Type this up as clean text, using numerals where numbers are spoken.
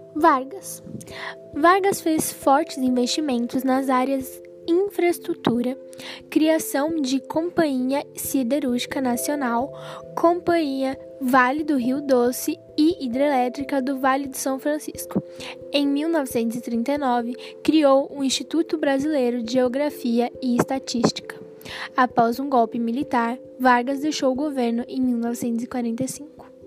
Vargas. Vargas fez fortes investimentos nas áreas infraestrutura, criação de Companhia Siderúrgica Nacional, Companhia Vale do Rio Doce e Hidrelétrica do Vale do São Francisco. Em 1939, criou o Instituto Brasileiro de Geografia e Estatística. Após um golpe militar, Vargas deixou o governo em 1945.